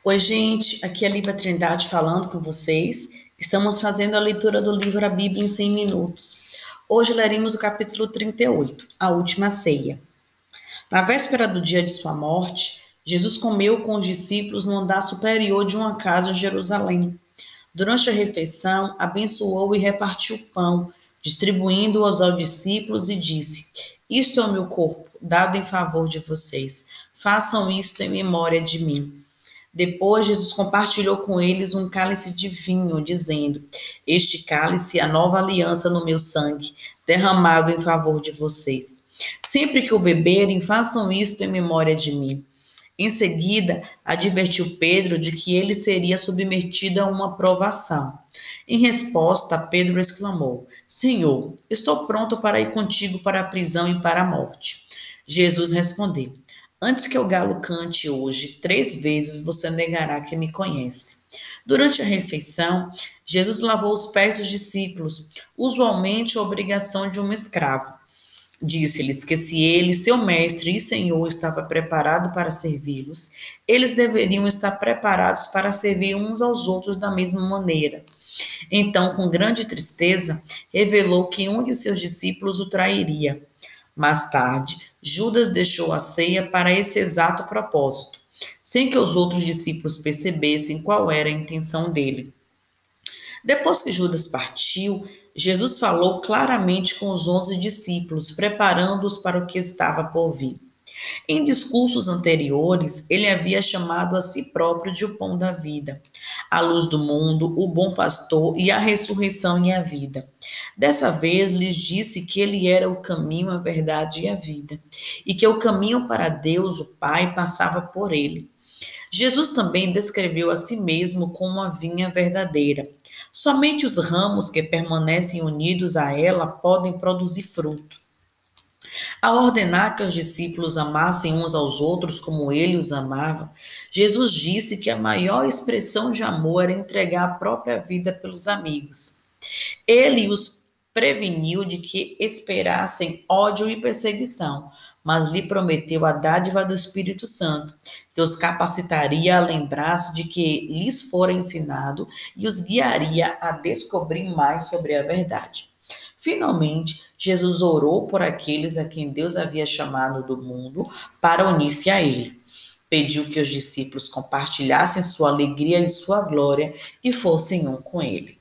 Oi, gente, aqui é a Lívia Trindade falando com vocês. Estamos fazendo a leitura do livro A Bíblia em 100 minutos. Hoje leremos o capítulo 38, a última ceia. Na véspera do dia de sua morte, Jesus comeu com os discípulos no andar superior de uma casa em Jerusalém. Durante a refeição, abençoou e repartiu o pão, distribuindo-o aos discípulos e disse: Isto é o meu corpo, dado em favor de vocês. Façam isto em memória de mim. Depois, Jesus compartilhou com eles um cálice de vinho, dizendo: Este cálice é a nova aliança no meu sangue, derramado em favor de vocês. Sempre que o beberem, façam isto em memória de mim. Em seguida, advertiu Pedro de que ele seria submetido a uma provação. Em resposta, Pedro exclamou: Senhor, estou pronto para ir contigo para a prisão e para a morte. Jesus respondeu: Antes que o galo cante hoje, 3 vezes você negará que me conhece. Durante a refeição, Jesus lavou os pés dos discípulos, usualmente a obrigação de um escravo. Disse-lhes que se ele, seu mestre e senhor, estava preparado para servi-los, eles deveriam estar preparados para servir uns aos outros da mesma maneira. Então, com grande tristeza, revelou que um de seus discípulos o trairia. Mais tarde, Judas deixou a ceia para esse exato propósito, sem que os outros discípulos percebessem qual era a intenção dele. Depois que Judas partiu, Jesus falou claramente com os 11 discípulos, preparando-os para o que estava por vir. Em discursos anteriores, ele havia chamado a si próprio de o pão da vida, a luz do mundo, o bom pastor e a ressurreição e a vida. Dessa vez, lhes disse que ele era o caminho, a verdade e a vida, e que o caminho para Deus, o Pai, passava por ele. Jesus também descreveu a si mesmo como a vinha verdadeira. Somente os ramos que permanecem unidos a ela podem produzir fruto. Ao ordenar que os discípulos amassem uns aos outros como ele os amava, Jesus disse que a maior expressão de amor era entregar a própria vida pelos amigos. Ele os preveniu de que esperassem ódio e perseguição, mas lhe prometeu a dádiva do Espírito Santo, que os capacitaria a lembrar-se de que lhes fora ensinado e os guiaria a descobrir mais sobre a verdade. Finalmente, Jesus orou por aqueles a quem Deus havia chamado do mundo para unir-se a ele. Pediu que os discípulos compartilhassem sua alegria e sua glória e fossem um com ele.